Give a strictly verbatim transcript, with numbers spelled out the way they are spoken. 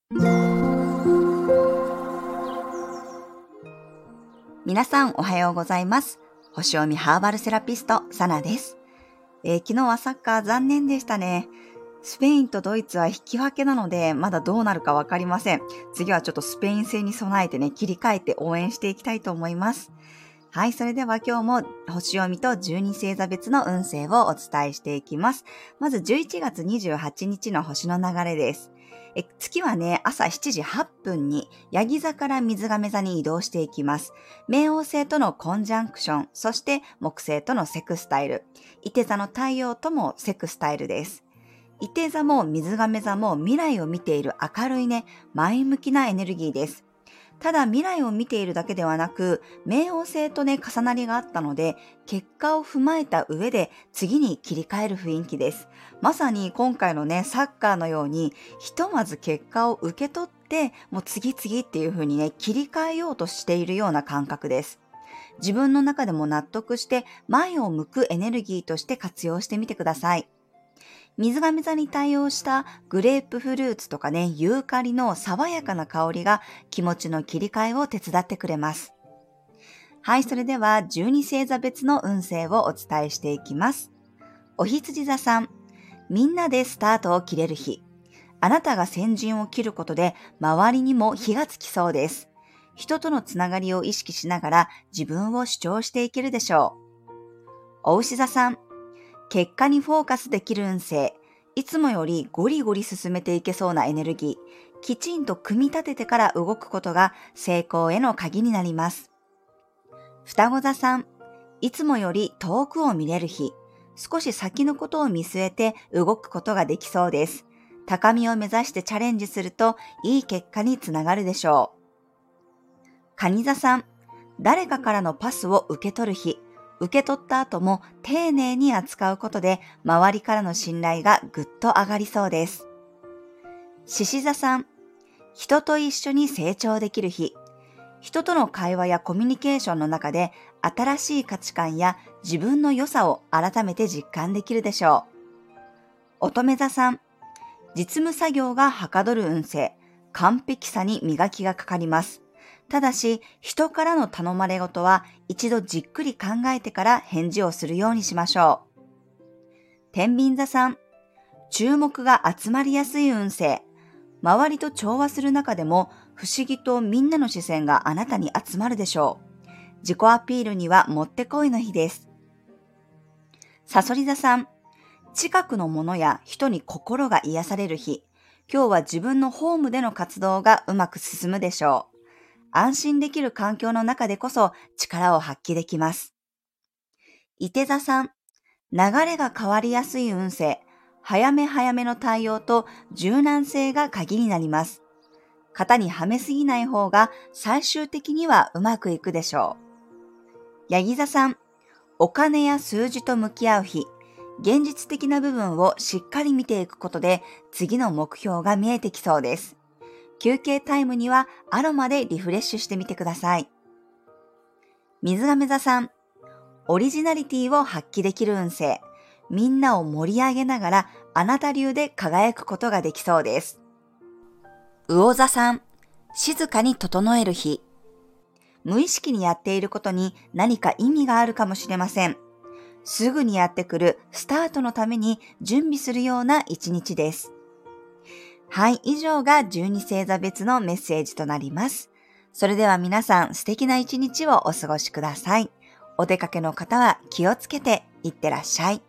皆さんおはようございます。星読みハーバルセラピスト、サナです。えー、昨日はサッカー残念でしたね。スペインとドイツは引き分けなので、まだどうなるかわかりません。次はちょっとスペイン戦に備えてね、切り替えて応援していきたいと思います。はい、それでは今日も星読みとじゅうに星座別の運勢をお伝えしていきます。まずじゅういちがつにじゅうはちにちの星の流れです。え月はね、朝しちじはっぷんにヤギ座から水亀座に移動していきます。冥王星とのコンジャンクション、そして木星とのセクスタイル、射手座の太陽ともセクスタイルです。射手座も水亀座も未来を見ている明るいね、前向きなエネルギーです。ただ未来を見ているだけではなく、冥王星とね、重なりがあったので、結果を踏まえた上で次に切り替える雰囲気です。まさに今回のね、サッカーのように、ひとまず結果を受け取って、もう次々っていう風にね、切り替えようとしているような感覚です。自分の中でも納得して、前を向くエネルギーとして活用してみてください。水亀座に対応したグレープフルーツとかね、ユーカリの爽やかな香りが気持ちの切り替えを手伝ってくれます。はい、それではじゅうに星座別の運勢をお伝えしていきます。お羊座さん、みんなでスタートを切れる日。あなたが先陣を切ることで周りにも火がつきそうです。人とのつながりを意識しながら自分を主張していけるでしょう。お牛座さん、結果にフォーカスできる運勢。いつもよりゴリゴリ進めていけそうなエネルギー。きちんと組み立ててから動くことが成功への鍵になります。双子座さん、いつもより遠くを見れる日。少し先のことを見据えて動くことができそうです。高みを目指してチャレンジするといい結果につながるでしょう。蟹座さん、誰かからのパスを受け取る日。受け取った後も丁寧に扱うことで周りからの信頼がぐっと上がりそうです。獅子座さん、人と一緒に成長できる日。人との会話やコミュニケーションの中で新しい価値観や自分の良さを改めて実感できるでしょう。乙女座さん、実務作業がはかどる運勢。完璧さに磨きがかかります。ただし、人からの頼まれごとは一度じっくり考えてから返事をするようにしましょう。天秤座さん、注目が集まりやすい運勢。周りと調和する中でも不思議とみんなの視線があなたに集まるでしょう。自己アピールにはもってこいの日です。蠍座さん、近くのものや人に心が癒される日。今日は自分のホームでの活動がうまく進むでしょう。安心できる環境の中でこそ力を発揮できます。射手座さん、流れが変わりやすい運勢。早め早めの対応と柔軟性が鍵になります。型にはめすぎない方が最終的にはうまくいくでしょう。ヤギ座さん、お金や数字と向き合う日。現実的な部分をしっかり見ていくことで次の目標が見えてきそうです。休憩タイムにはアロマでリフレッシュしてみてください。水亀座さん、オリジナリティを発揮できる運勢。みんなを盛り上げながらあなた流で輝くことができそうです。魚座さん、静かに整える日。無意識にやっていることに何か意味があるかもしれません。すぐにやってくるスタートのために準備するような一日です。はい、以上がじゅうに星座別のメッセージとなります。それでは皆さん素敵な一日をお過ごしください。お出かけの方は気をつけていってらっしゃい。